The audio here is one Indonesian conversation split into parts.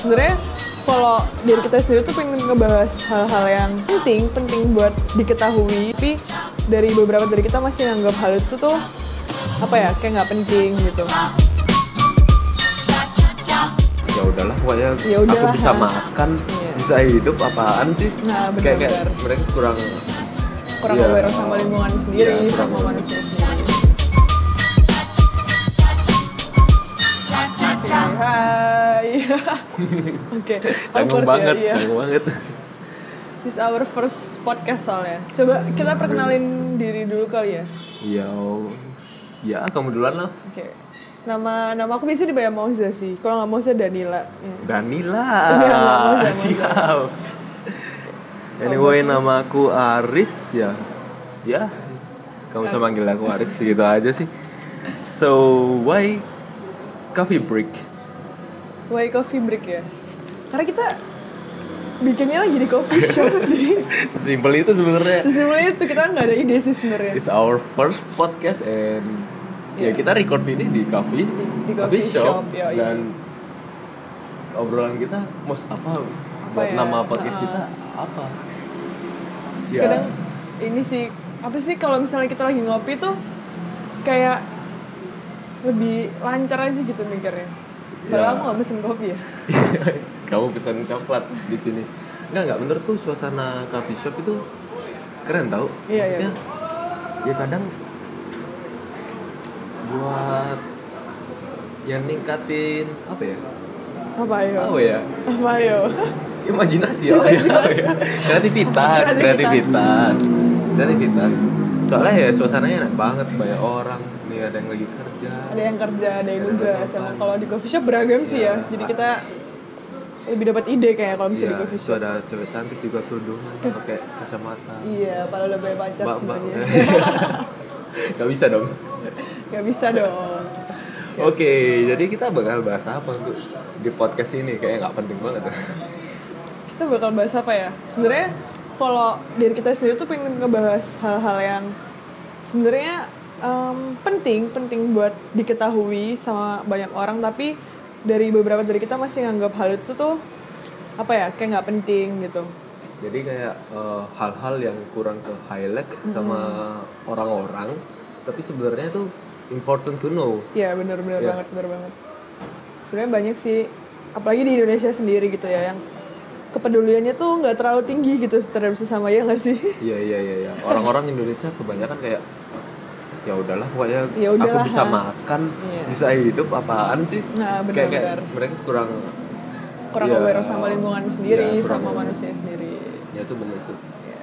Sebenarnya kalau diri kita sendiri tuh pengen ngebahas hal-hal yang penting buat diketahui, tapi dari beberapa dari kita masih nganggap hal itu tuh kayak nggak penting gitu. Ya udahlah pokoknya aku bisa makan, bisa hidup, apaan sih? Nah, kayak mereka kurang aware sama lingkungan sendiri, sama manusia sendiri. Hai. Oke. Canggung banget. This is our first podcast soalnya. Coba kita perkenalin diri dulu kali ya. Ya, kamu duluan lah. Oke. Nama aku biasanya dibayar Mauza sih. Kalau nggak Mauza Danila. Danila. Mauza. Siap. Anyway, nama aku Aris ya. Ya. Kamu bisa manggil aku Aris gitu aja sih. So, why coffee break? Why coffee break ya? Karena kita bikinnya lagi di coffee shop jadi Sesimpel itu sebenarnya. Sesimpel itu, kita nggak ada ide sih sebenarnya. It's our first podcast and ya kita record ini di coffee shop dan obrolan kita apa buat ya? nama podcast kita apa? Terus kadang ini sih apa sih kalau misalnya kita lagi ngopi tuh kayak lebih lancar aja gitu mikirnya. Padahal aku nggak pesen kopi ya. Kamu pesen coklat di sini. Enggak menurutku suasana coffee shop itu keren tau. Maksudnya ya kadang buat yang ningkatin apa ya? Imajinasi ya. Kreativitas. Soalnya ya suasananya enak banget, banyak orang. Nih ada yang lagi kerja. Ada yang nugas. Emang kalau di coffee shop beragam sih ya. Jadi kita lebih dapat ide kayak kalau misalnya di coffee shop. Ada cewek cantik juga kerudungan, pakai kacamata. Iya, padahal udah banyak pacar sebenarnya. Gak bisa dong. Oke, jadi kita bakal bahas apa untuk di podcast ini? Kayaknya nggak penting banget. Kita bakal bahas apa ya? Sebenarnya kalau diri kita sendiri tuh pengen ngebahas hal-hal yang sebenarnya penting buat diketahui sama banyak orang, tapi dari beberapa dari kita masih nganggap hal itu tuh kayak nggak penting gitu. Jadi kayak hal-hal yang kurang ke highlight sama orang-orang, tapi sebenarnya tuh important to know. Iya benar banget. Sebenarnya banyak sih, apalagi di Indonesia sendiri gitu ya, yang kepeduliannya tuh nggak terlalu tinggi gitu terhadap sesama, ya nggak sih? Iya. Orang-orang Indonesia kebanyakan kayak ya udahlah pokoknya aku bisa makan, bisa hidup, apaan sih? Nah, benar. Kayak mereka kurang aware sama lingkungan sendiri, sama manusia sendiri. Ya itu benar sih. Ya.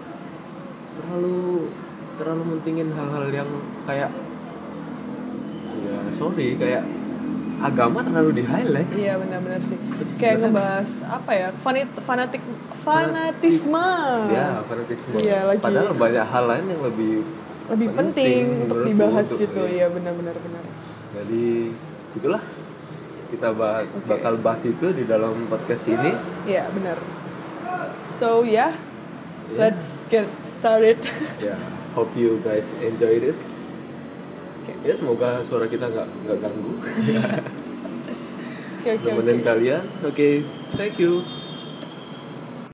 Terlalu mentingin hal-hal yang kayak kayak agama terlalu di highlight. Iya benar sih. Kayak ngebahas fanatisme. Ya, fanatisme. Iya, padahal banyak hal lain yang lebih penting untuk dibahas gitu. Iya benar. Jadi itulah kita bakal bahas itu di dalam podcast ini. Iya benar. So let's get started. Hope you guys enjoyed it. Ya semoga suara kita nggak ganggu. Okay. Temenin kalian. Thank you.